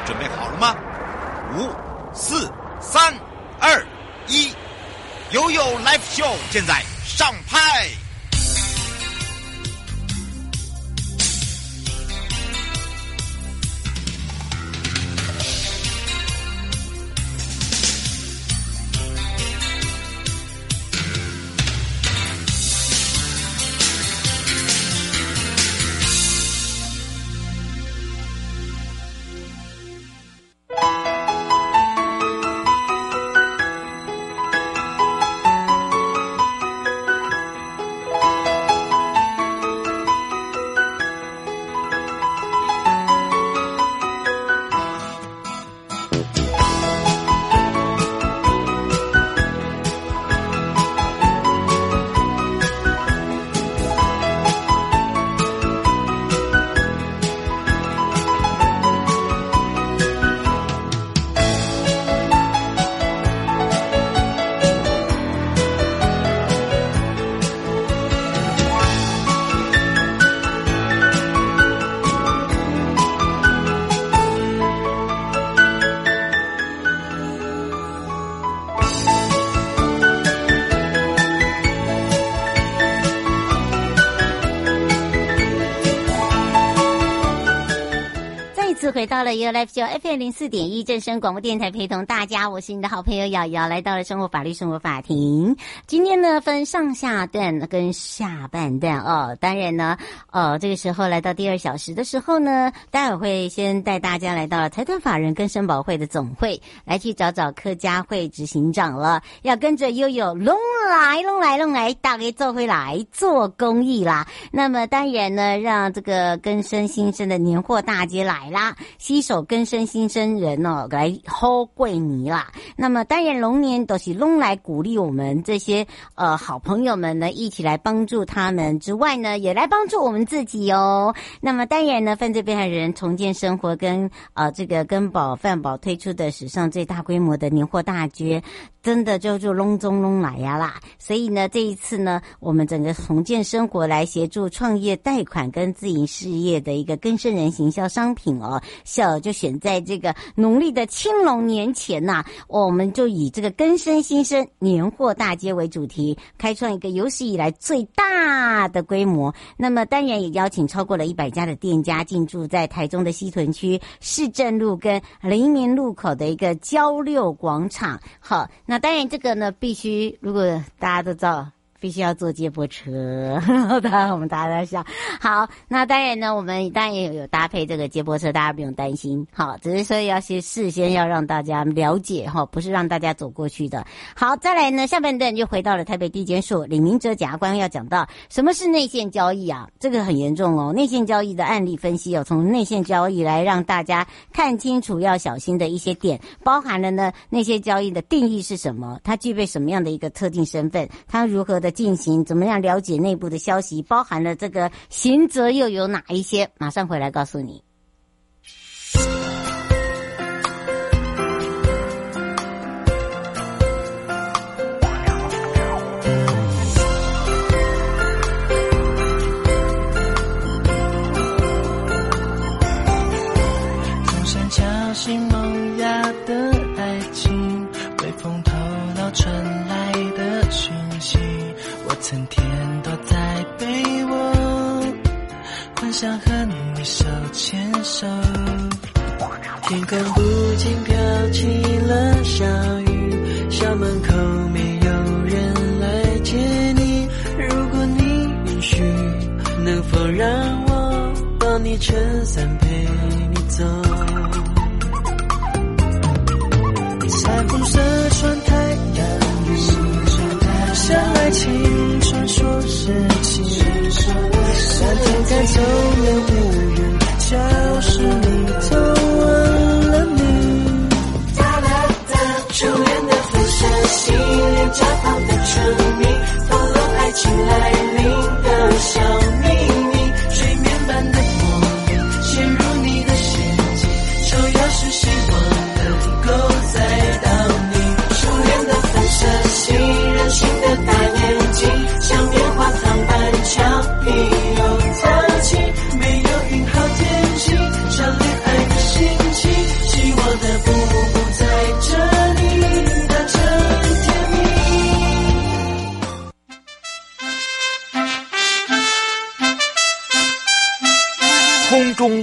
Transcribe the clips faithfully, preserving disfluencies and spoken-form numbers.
准备好了吗？五、四、三、二、一，悠悠 Live Show 现在上拍。 回到了 You Live Show F M 零四点一正声广播电台，陪同大家，我是你的好朋友瑶瑶，来到了生活法律生活法庭。今天呢分上下段跟下半段哦，当然呢呃这个时候来到第二小时的时候呢，待会会先带大家来到了财团法人跟生保会的总会，来去找找客家会执行长了，要跟着悠悠龙来龙来龙来，大家做回来做公益啦。那么当然呢，让这个更生新生的年货大街来啦，携手更生新生人哦，来好贵你啦。那么当然龙年都是龙来鼓励我们这些呃好朋友们呢，一起来帮助他们之外呢，也来帮助我们自己哦。那么当然呢，犯罪被害人重建生活跟呃这个跟保犯保推出的史上最大规模的年货大街，真的就就隆中隆来呀啦。所以呢，这一次呢，我们整个重建生活来协助创业贷款跟自营事业的一个更生人行销商品哦，小就选在这个农历的青龙年前呐、啊，我们就以这个更生新生年货大街为主题，开创一个有史以来最大的规模。那么当然也邀请超过了一百家的店家进驻在台中的西屯区市政路跟黎明路口的一个交六广场。好，那当然这个呢，必须如果大家都知道。必须要坐接驳车，当然我们大家在想，好，那当然呢，我们当然也有搭配这个接驳车，大家不用担心，好，只是说要先事先要让大家了解哈，不是让大家走过去的。好，再来呢，下半段就回到了台北地检署李明哲检察官要讲到什么是内线交易啊，这个很严重哦，内线交易的案例分析哦，从内线交易来让大家看清楚要小心的一些点，包含了呢内线交易的定义是什么，它具备什么样的一个特定身份，它如何的进行，怎么样了解内部的消息，包含了这个刑责又有哪一些，马上回来告诉你。 钟声敲醒萌芽的爱情，微风头脑传来的讯息，我曾天躲在被窝，幻想和你手牵手，天空不禁飘起了小雨，校门口没有人来接你，如果你允许，能否让我帮你撑伞陪你走，彩虹射穿太阳，相爱情传说是情，三天赶走了无人，就是你偷吻了你。哒哒哒，初恋的辐射系列，绽放的春蜜，透露爱情来临的小秘密，水面般的魔力，陷入你的陷阱，手钥匙希望能够载到你。初恋的辐射系，任性的大眼睛，像棉花糖般俏皮又淘气，没有云好天气，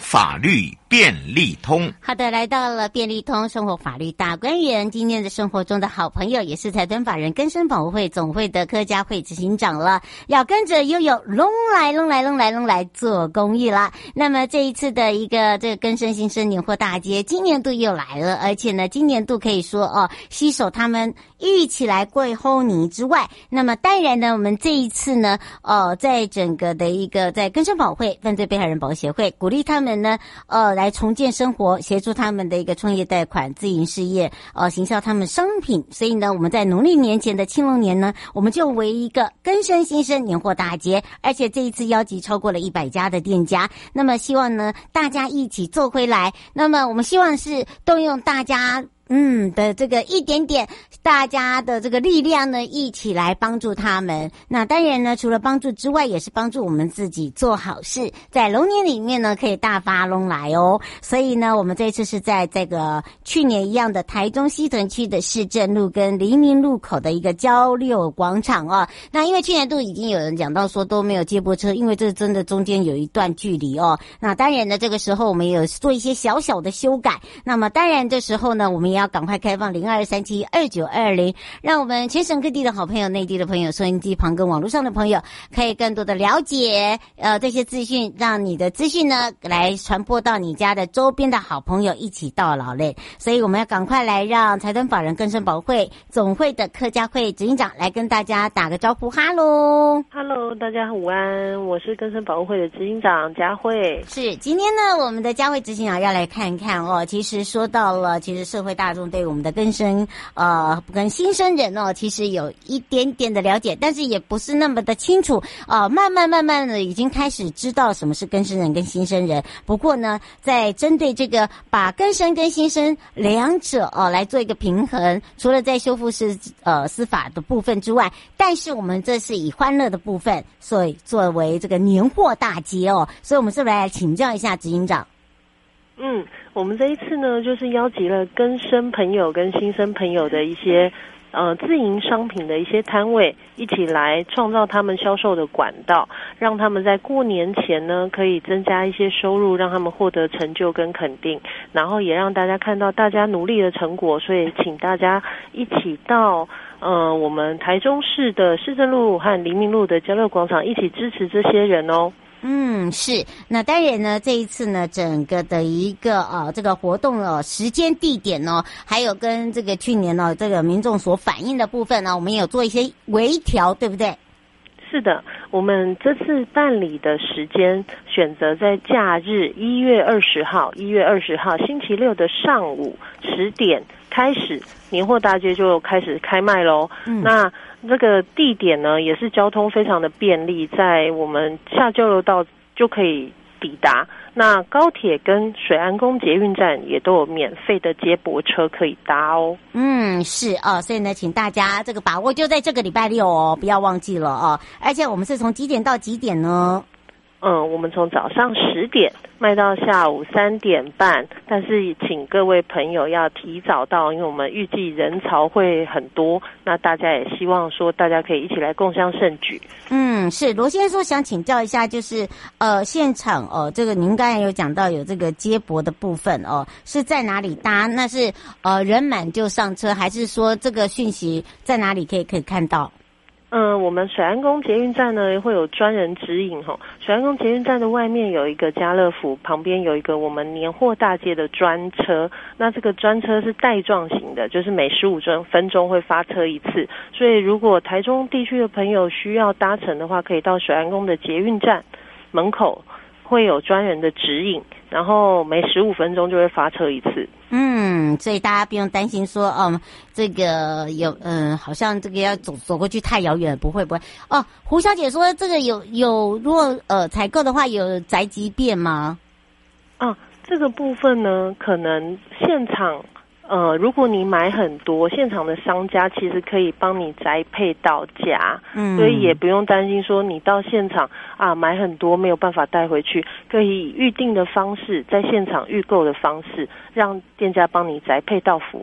法律便利通。 好的，来到了便利通生活法律大观园，今天的生活中的好朋友，也是财团法人根生保护会总会的柯佳慧执行长了，要跟着悠悠龙来龙来龙来龙来做公益啦。那么这一次的一个这个根生新生年货大街，今年度又来了，而且呢，今年度可以说哦，携手他们一起来过后泥之外，那么当然呢，我们这一次呢，呃，在整个的一个在根生保会犯罪被害人保护协会，鼓励他们呢，呃，来重建生活，协助他们的一个创业贷款、自营事业，呃，行销他们商品。所以呢，我们在农历年前的青龙年呢，我们就为一个根生新生年货大街，而且这一次邀集超过了一百家的店家。那么希望呢，大家一起做回来。那么我们希望是动用大家。嗯的这个一点点大家的这个力量呢，一起来帮助他们。那当然呢，除了帮助之外，也是帮助我们自己做好事，在龙年里面呢，可以大发龙来哦。所以呢，我们这次是在这个去年一样的台中西屯区的市政路跟黎明路口的一个交流广场哦。那因为去年都已经有人讲到说都没有接驳车，因为这真的中间有一段距离哦。那当然呢，这个时候我们也有做一些小小的修改。那么当然这时候呢，我们也要赶快开放零二三七二九二零，让我们全省各地的好朋友、内地的朋友、收音机旁跟网络上的朋友，可以更多的了解呃这些资讯，让你的资讯呢来传播到你家的周边的好朋友，一起到老嘞。所以我们要赶快来让财团法人根生保会总会的柯佳慧执行长来跟大家打个招呼。哈喽， 哈喽，大家午安，我是根生保护会的执行长佳慧。 是，今天呢，我们的佳慧执行长要来看看哦。其实说到了，其实社会大众对我们的根生呃跟新生人哦，其实有一点点的了解，但是也不是那么的清楚啊、呃。慢慢慢慢的已经开始知道什么是根生人跟新生人。不过呢，在针对这个把根生跟新生两者哦来做一个平衡，除了在修复式呃司法的部分之外，但是我们这是以欢乐的部分，所以作为这个年货大街哦，所以我们是不是来请教一下执行长？ 嗯，我们这一次呢，就是邀集了根生朋友跟新生朋友的一些呃自营商品的一些摊位，一起来创造他们销售的管道，让他们在过年前呢可以增加一些收入，让他们获得成就跟肯定，然后也让大家看到大家努力的成果。所以请大家一起到呃我们台中市的市政路和黎明路的交流广场，一起支持这些人哦。 嗯，是。那当然呢，这一次呢，整个的一个呃这个活动哦，时间、地点哦，还有跟这个去年呢、哦、这个民众所反映的部分呢，我们也有做一些微调，对不对？ 是的，我们这次办理的时间选择在假日一月二十号，一月二十号星期六的上午十点开始，年货大街就开始开卖咯。嗯，那这个地点呢，也是交通非常的便利，在我们下交流道就可以抵达。那高铁跟水安宫捷运站也都有免费的接驳车可以搭哦。 嗯，是哦，所以呢，请大家这个把握就在这个礼拜六哦，不要忘记了哦。而且我们是从几点到几点呢？ 嗯，我们从早上十点卖到下午三点半，但是请各位朋友要提早到，因为我们预计人潮会很多，那大家也希望说大家可以一起来共襄盛举。 嗯，是罗先生说想请教一下，就是呃现场哦，这个您刚才有讲到有这个接驳的部分哦，是在哪里搭？那是呃人满就上车，还是说这个讯息在哪里可以可以看到？ 嗯，我们水安宫捷运站呢会有专人指引哈。水安宫捷运站的外面有一个家乐福，旁边有一个我们年货大街的专车。那这个专车是带状型的，就是每十五分钟会发车一次。所以如果台中地区的朋友需要搭乘的话，可以到水安宫的捷运站门口，会有专人的指引，然后每十五分钟就会发车一次。 嗯，所以大家不用担心说，嗯，这个有，嗯，好像这个要走走过去太遥远了，不会不会。哦，胡小姐说这个有有，如果呃采购的话有宅急便吗？ 啊，这个部分呢，可能现场。呃，如果你买很多，现场的商家其实可以帮你宅配到家，嗯，所以也不用担心说你到现场啊买很多没有办法带回去，可以以预定的方式，在现场预购的方式，让店家帮你宅配到府哦。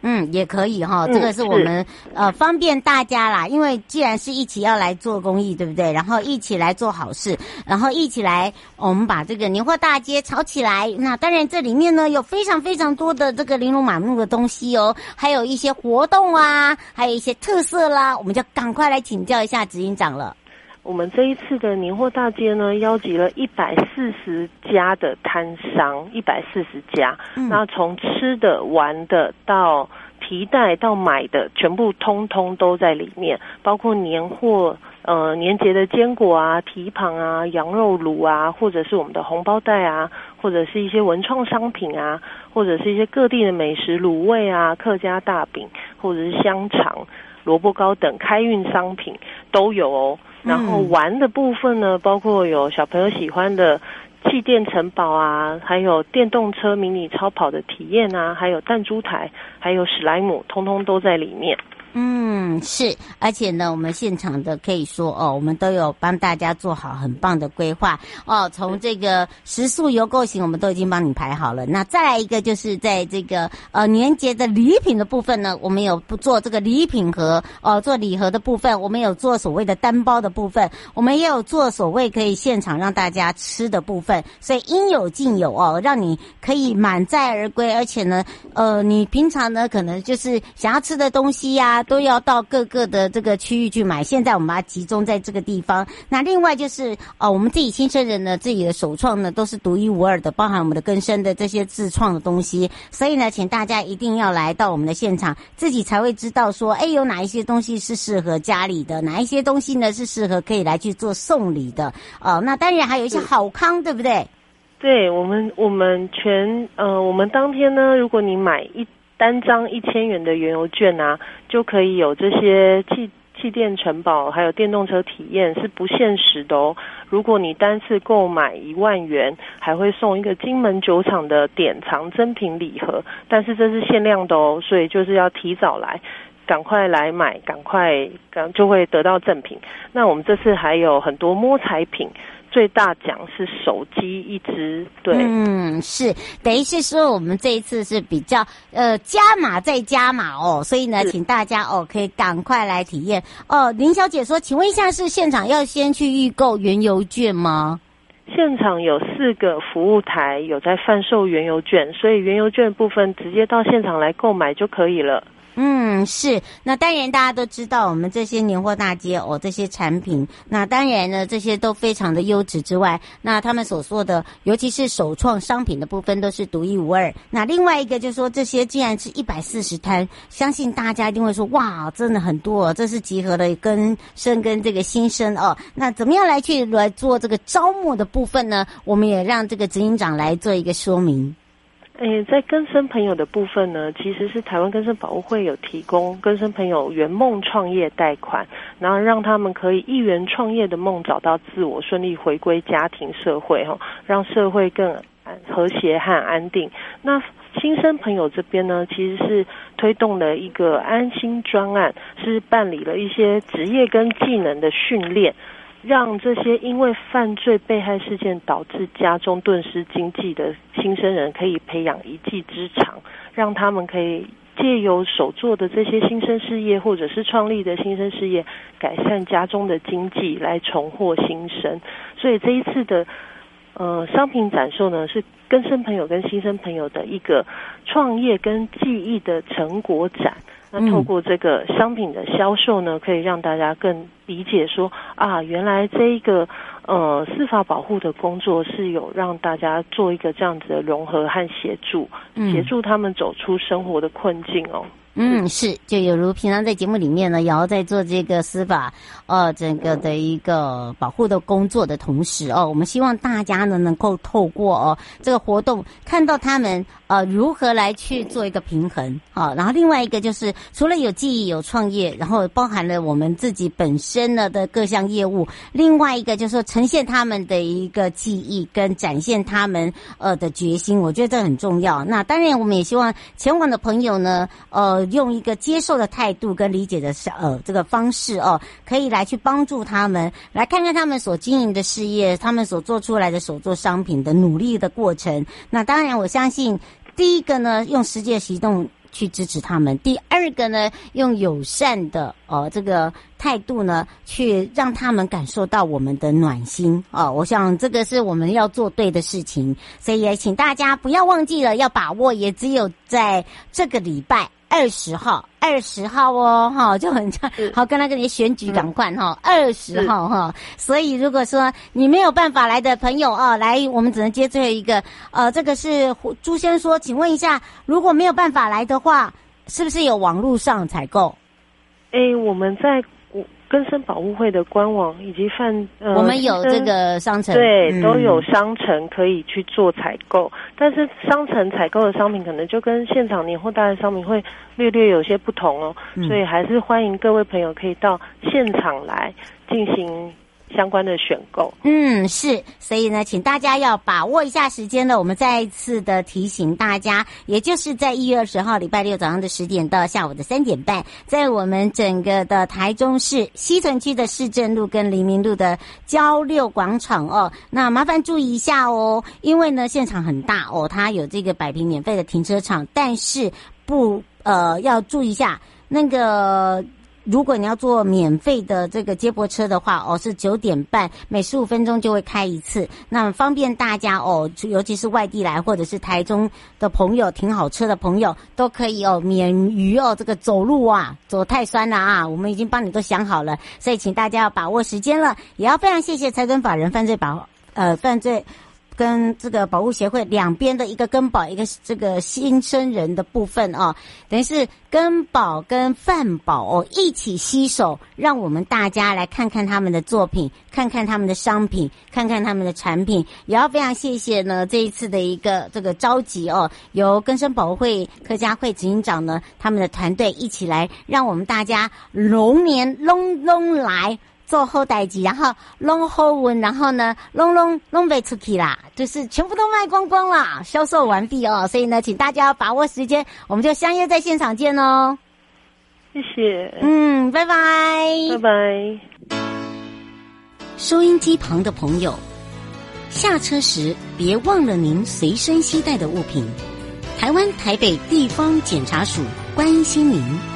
嗯，也可以哈， 嗯这个是我们呃方便大家啦，因为既然是一起要来做公益，对不对？然后一起来做好事，然后一起来我们把这个年货大街炒起来。那当然这里面呢有非常非常多的这个琳琅满目的东西哦，还有一些活动啊，还有一些特色啦，我们就赶快来请教一下执行长了。 我们这一次的年货大街呢，邀集了一百四十家的摊商，一百四十家。嗯、那从吃的、玩的到提袋到买的，全部通通都在里面，包括年货、呃年节的坚果啊、蹄膀啊、羊肉炉啊，或者是我们的红包袋啊，或者是一些文创商品啊，或者是一些各地的美食卤味啊、客家大饼，或者是香肠、萝卜糕等开运商品都有哦。然后玩的部分呢，包括有小朋友喜欢的气垫城堡啊，还有电动车迷你超跑的体验啊，还有弹珠台，还有史莱姆，通通都在里面。 嗯，是，而且呢，我们现场的可以说哦，我们都有帮大家做好很棒的规划哦。从这个食宿游购行，我们都已经帮你排好了。那再来一个，就是在这个呃年节的礼品的部分呢，我们有不做这个礼品盒哦，做礼盒的部分，我们有做所谓的单包的部分，我们也有做所谓可以现场让大家吃的部分，所以应有尽有哦，让你可以满载而归。而且呢，呃，你平常呢可能就是想要吃的东西呀、啊。都要到各个的这个区域去买，现在我们把它集中在这个地方。那另外就是呃，我们自己新生人呢，自己的首创呢都是独一无二的，包含我们的根深的这些自创的东西。所以呢，请大家一定要来到我们的现场，自己才会知道说，哎，有哪一些东西是适合家里的，哪一些东西呢是适合可以来去做送礼的。呃，那当然还有一些好康，对不对？ 对，我们我们全呃，我们当天呢，如果你买一单张一千元的原油券啊，就可以有这些气气垫城堡，还有电动车体验，是不限时的哦。如果你单次购买一万元，还会送一个金门酒厂的典藏珍品礼盒，但是这是限量的哦，所以就是要提早来，赶快来买，赶快赶就会得到赠品。那我们这次还有很多摸彩品。最大奖是手机一只，对， 嗯，是，等于是说我们这一次是比较呃加码再加码哦，所以呢，请大家哦可以赶快来体验哦。林小姐说，请问一下，是现场要先去预购原油券吗？ 现场有四个服务台有在贩售原油券，所以原油券部分直接到现场来购买就可以了。 嗯，是。那当然大家都知道我们这些年货大街哦，这些产品，那当然呢这些都非常的优质之外，那他们所说的尤其是首创商品的部分都是独一无二。那另外一个就是说，这些既然是一百四十摊，相信大家一定会说，哇，真的很多哦，这是集合了根生跟这个新生哦。那怎么样来去来做这个招募的部分呢？我们也让这个执行长来做一个说明。 诶，在更生朋友的部分呢，其实是台湾更生保护会有提供更生朋友圆梦创业贷款，然后让他们可以一圆创业的梦，找到自我，顺利回归家庭社会，让社会更和谐和安定。那新生朋友这边呢，其实是推动了一个安心专案，是办理了一些职业跟技能的训练，让这些因为犯罪被害事件导致家中顿失经济的新生人可以培养一技之长，让他们可以借由手做的这些新生事业或者是创立的新生事业，改善家中的经济，来重获新生。所以这一次的呃商品展售呢，是更生朋友跟新生朋友的一个创业跟技艺的成果展。那透过这个商品的销售呢，可以让大家更理解说啊，原来这一个呃司法保护的工作是有让大家做一个这样子的融合和协助，协助他们走出生活的困境哦。 嗯，是，就有如平常在节目里面呢，也要在做这个司法呃整个的一个保护的工作的同时哦，我们希望大家呢能够透过哦这个活动，看到他们呃如何来去做一个平衡啊。然后另外一个就是除了有技艺有创业，然后包含了我们自己本身呢的各项业务，另外一个就是说呈现他们的一个技艺跟展现他们呃的决心，我觉得这很重要。那当然我们也希望前往的朋友呢呃用一个接受的态度跟理解的呃这个方式哦，可以来去帮助他们，来看看他们所经营的事业，他们所做出来的手作商品的努力的过程。那当然我相信第一个呢，用实际的行动去支持他们。第二个呢，用友善的呃这个态度呢，去让他们感受到我们的暖心哦、呃。我想这个是我们要做对的事情，所以也请大家不要忘记了，要把握，也只有在这个礼拜二十号，二十号哦，哈，就很好，跟那个你选举赶快哈，二十号哈。所以如果说你没有办法来的朋友哦，来，我们只能接最后一个，呃，这个是朱先说，请问一下，如果没有办法来的话，是不是有网络上采购？ 诶，我们在更生保护会的官网以及泛呃， 我们有这个商城， 对、 嗯，都有商城可以去做采购，但是商城采购的商品可能就跟现场年货大的商品会略略有些不同哦、嗯，所以还是欢迎各位朋友可以到现场来进行相关的选购。 嗯，是，所以呢，请大家要把握一下时间了。我们再一次的提醒大家，也就是在一月二十号礼拜六早上的十点到下午的三点半，在我们整个的台中市西屯区的市政路跟黎明路的交六广场哦。那麻烦注意一下哦，因为呢现场很大哦，它有这个百平免费的停车场，但是不呃要注意一下那个。如果你要坐免费的这个接驳车的话，哦，是九点半，每十五分钟就会开一次，那么方便大家哦，尤其是外地来或者是台中的朋友，停好车的朋友都可以哦，免于哦这个走路啊，走太酸了啊，我们已经帮你都想好了，所以请大家要把握时间了，也要非常谢谢财政法人犯罪保呃犯罪。跟这个保护协会两边的一个跟保一个这个新生人的部分哦，等于是跟保跟犯保哦一起携手，让我们大家来看看他们的作品，看看他们的商品，看看他们的产品，也要非常谢谢呢这一次的一个这个召集哦，由更生保护会客家会执行长呢他们的团队一起来，让我们大家龙年龙龙来。做好代志，然后弄好运，然后呢，弄弄弄不出去啦，就是全部都卖光光啦，销售完毕哦。所以呢，请大家要把握时间，我们就相约在现场见哦。 谢谢， 嗯，拜拜， 拜拜。 收音机旁的朋友，下车时别忘了您随身携带的物品。台湾台北地方检察署关心您。